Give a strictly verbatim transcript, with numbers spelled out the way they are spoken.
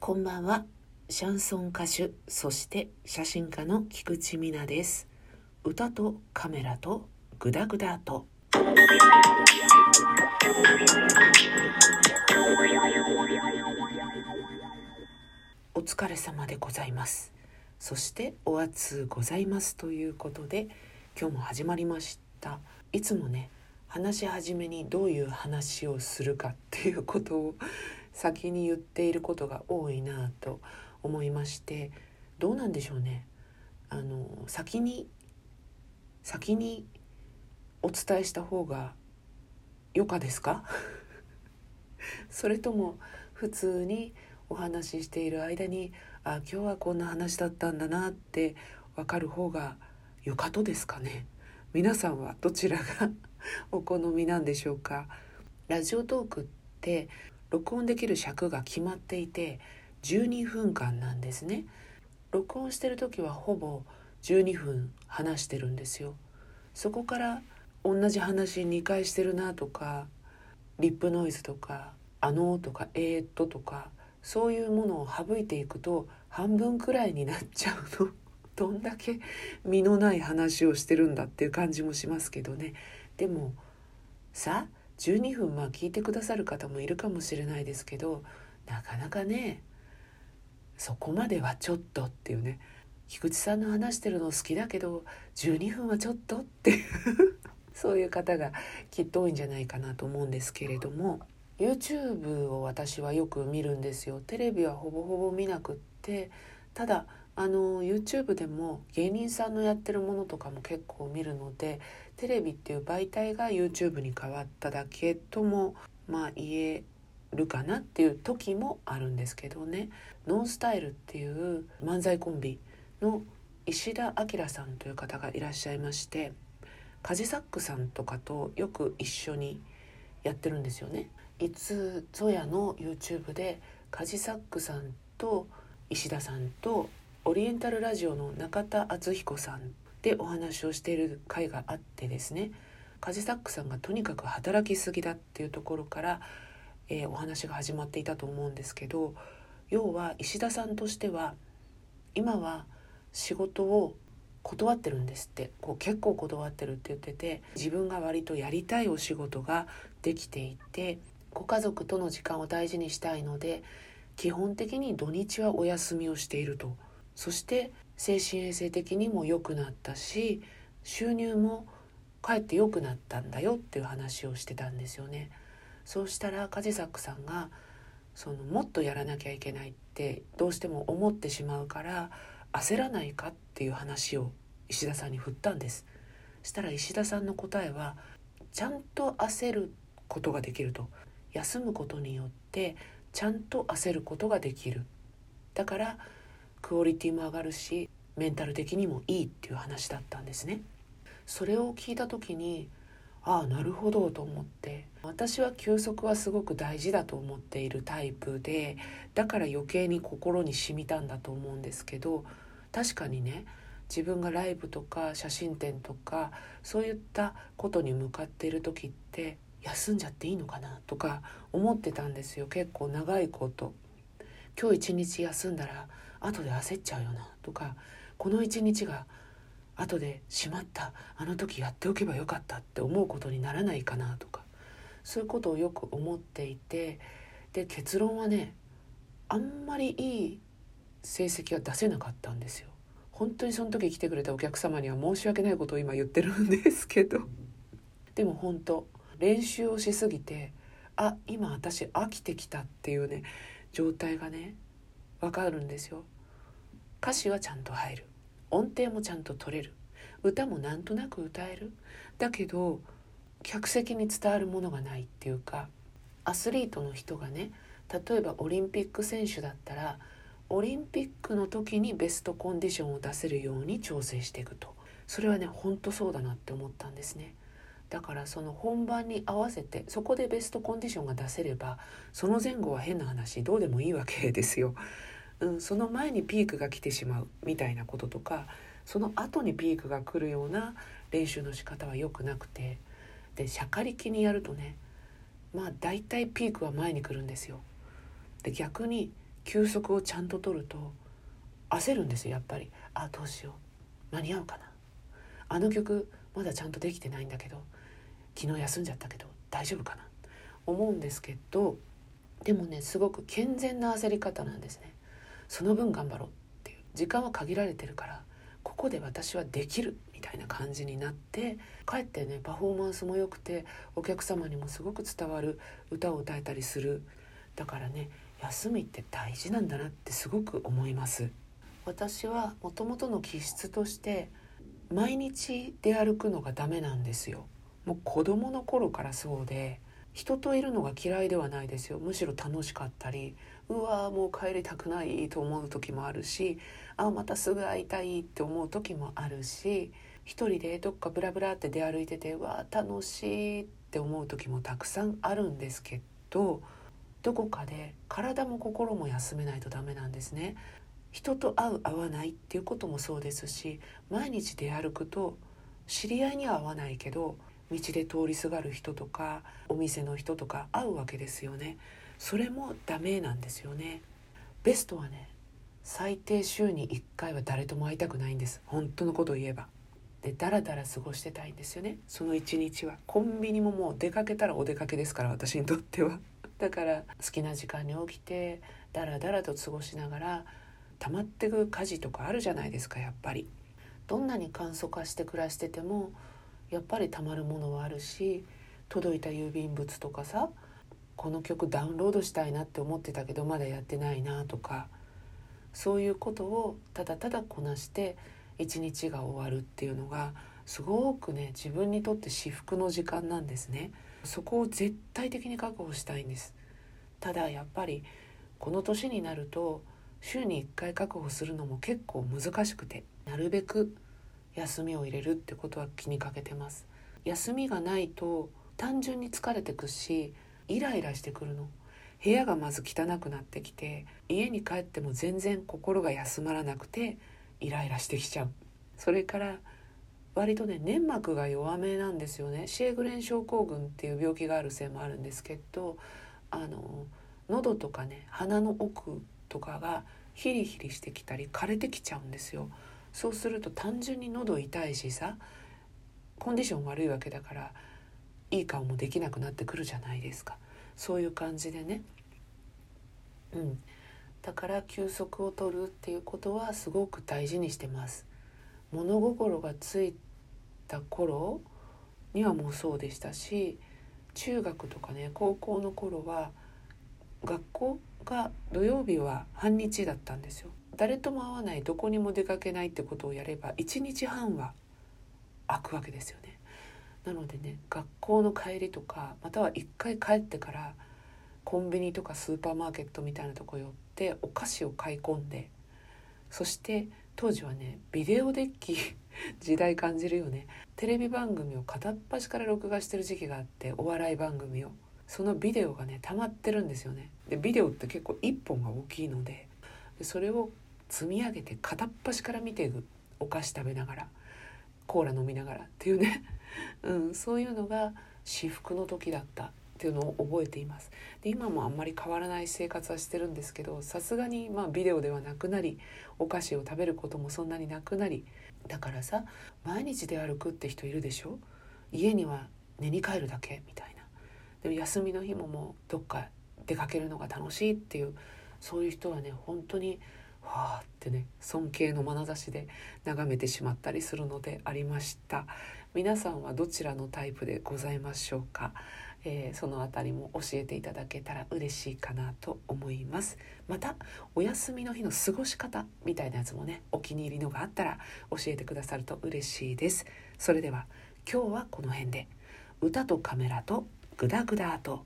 こんばんは。シャンソン歌手、そして写真家の菊池美奈です。歌とカメラとグダグダと。お疲れ様でございます。そしてお暑ございますということで、今日も始まりました。いつもね、話し始めにどういう話をするかっていうことを先に言っていることが多いなと思いまして、どうなんでしょうね。あの先に先にお伝えした方がよかですかそれとも普通にお話ししている間に、あ、今日はこんな話だったんだなって分かる方がよかとですかね。皆さんはどちらがお好みなんでしょうか。ラジオトークって録音できる尺が決まっていてじゅうにふんかんなんですね。録音してる時はほぼじゅうにふん話してるんですよ。そこから同じ話にかいしてるなとか、リップノイズとかあのとかえーっととか、そういうものを省いていくと半分くらいになっちゃうのどんだけ身のない話をしてるんだっていう感じもしますけどね。でもさ、じゅうにふんまあ聞いてくださる方もいるかもしれないですけど、なかなかね、そこまではちょっとっていうね、菊池さんの話してるの好きだけどじゅうにふんはちょっとっていうそういう方がきっと多いんじゃないかなと思うんですけれども、 YouTube を私はよく見るんですよ。テレビはほぼほぼ見なくって、ただあの YouTube でも芸人さんのやってるものとかも結構見るので、テレビっていう媒体が YouTube に変わっただけともまあ言えるかなっていう時もあるんですけどね。ノンスタイルっていう漫才コンビの石田明さんという方がいらっしゃいまして、カジサックさんとかとよく一緒にやってるんですよね。いつぞやの YouTube でカジサックさんと石田さんとオリエンタルラジオの中田敦彦さんでお話をしている回があってですね、カジサックさんがとにかく働きすぎだっていうところから、えー、お話が始まっていたと思うんですけど、要は石田さんとしては今は仕事を断ってるんですって。こう結構断ってるって言ってて、自分が割とやりたいお仕事ができていて、ご家族との時間を大事にしたいので基本的に土日はお休みをしていると。そして精神衛生的にも良くなったし、収入もかえって良くなったんだよっていう話をしてたんですよね。そうしたらカジサックさんがそのもっとやらなきゃいけないってどうしても思ってしまうから焦らないかっていう話を石田さんに振ったんです。したら石田さんの答えは、ちゃんと焦ることができると。休むことによってちゃんと焦ることができる。だからクオリティも上がるしメンタル的にもいいっていう話だったんですね。それを聞いた時に、ああなるほどと思って、私は休息はすごく大事だと思っているタイプで、だから余計に心に染みたんだと思うんですけど、確かにね、自分がライブとか写真展とかそういったことに向かっている時って休んじゃっていいのかなとか思ってたんですよ。結構長いこと、今日一日休んだら後で焦っちゃうよなとか、この一日が後でしまった、あの時やっておけばよかったって思うことにならないかなとか、そういうことをよく思っていて、で結論はね、あんまりいい成績は出せなかったんですよ。本当にその時来てくれたお客様には申し訳ないことを今言ってるんですけど、でも本当練習をしすぎて、あ、今私飽きてきたっていうね状態がねわかるんですよ。歌詞はちゃんと入る、音程もちゃんと取れる、歌もなんとなく歌える。だけど客席に伝わるものがないっていうか、アスリートの人がね、例えばオリンピック選手だったらオリンピックの時にベストコンディションを出せるように調整していくと。それはね本当そうだなって思ったんですね。だからその本番に合わせてそこでベストコンディションが出せれば、その前後は変な話どうでもいいわけですよ。うん、その前にピークが来てしまうみたいなこととか、その後にピークが来るような練習の仕方は良くなくて、でしゃかりきにやるとね、まあ大体ピークは前に来るんですよ。で逆に休息をちゃんと取ると焦るんですよ。やっぱりあどうしよう間に合うかな、あの曲まだちゃんとできてないんだけど昨日休んじゃったけど大丈夫かな思うんですけど、でもねすごく健全な焦り方なんですね。その分頑張ろうっていう、時間は限られてるからここで私はできるみたいな感じになって、かえってねパフォーマンスも良くてお客様にもすごく伝わる歌を歌えたりする。だからね休みって大事なんだなってすごく思います。私はもともとの気質として毎日出歩くのがダメなんですよ。もう子供の頃からそうで、人といるのが嫌いではないですよ。むしろ楽しかったり、うわーもう帰りたくないと思う時もあるし、あまたすぐ会いたいって思う時もあるし、一人でどっかブラブラって出歩いててうわー楽しいって思う時もたくさんあるんですけど、どこかで体も心も休めないとダメなんですね。人と会う会わないっていうこともそうですし、毎日出歩くと知り合いには会わないけど道で通りすがる人とかお店の人とか会うわけですよね。それもダメなんですよね。ベストはね最低週にいっかいは誰とも会いたくないんです。本当のことを言えば。でダラダラ過ごしてたいんですよね。その一日はコンビニももう出かけたらお出かけですから、私にとっては。だから好きな時間に起きてダラダラと過ごしながら、溜まってく家事とかあるじゃないですか。やっぱりどんなに簡素化して暮らしててもやっぱり溜まるものはあるし、届いた郵便物とかさ、この曲ダウンロードしたいなって思ってたけどまだやってないなとか、そういうことをただただこなして一日が終わるっていうのがすごくね自分にとって至福の時間なんですね。そこを絶対的に確保したいんです。ただやっぱりこの年になると週にいっかい確保するのも結構難しくて、なるべく休みを入れるってことは気にかけてます。休みがないと単純に疲れてくし、イライラしてくるの。部屋がまず汚くなってきて、家に帰っても全然心が休まらなくてイライラしてきちゃう。それから割とね粘膜が弱めなんですよね。シェーグレン症候群っていう病気があるせいもあるんですけど、あの喉とかね鼻の奥とかがヒリヒリしてきたり枯れてきちゃうんですよ。そうすると単純に喉痛いしさ、コンディション悪いわけだからいい顔もできなくなってくるじゃないですか。そういう感じでね、うん、だから休息を取るっていうことはすごく大事にしてます。物心がついた頃にはもうそうでしたし、中学とかね高校の頃は学校が土曜日は半日だったんですよ。誰とも会わない、どこにも出かけないってことをやればいちにちはんは空くわけですよね。なのでね学校の帰りとかまたは一回帰ってからコンビニとかスーパーマーケットみたいなとこ寄ってお菓子を買い込んで、そして当時はねビデオデッキ時代感じるよね。テレビ番組を片っ端から録画してる時期があって、お笑い番組を、そのビデオがね溜まってるんですよね。でビデオって結構いっぽんが大きいので、でそれを積み上げて片っ端から見ていく。お菓子食べながらコーラ飲みながらっていうね、うん、そういうのが至福の時だったっていうのを覚えています。で今もあんまり変わらない生活はしてるんですけど、さすがにまあビデオではなくなり、お菓子を食べることもそんなになくなり、だからさ毎日出歩くって人いるでしょ。家には寝に帰るだけみたいな。でも休みの日ももうどっか出かけるのが楽しいっていう、そういう人はね本当にわーってね尊敬の眼差しで眺めてしまったりするのでありました。皆さんはどちらのタイプでございましょうか。えー、そのあたりも教えていただけたら嬉しいかなと思います。またお休みの日の過ごし方みたいなやつもねお気に入りのがあったら教えてくださると嬉しいです。それでは今日はこの辺で。歌とカメラとグダグダと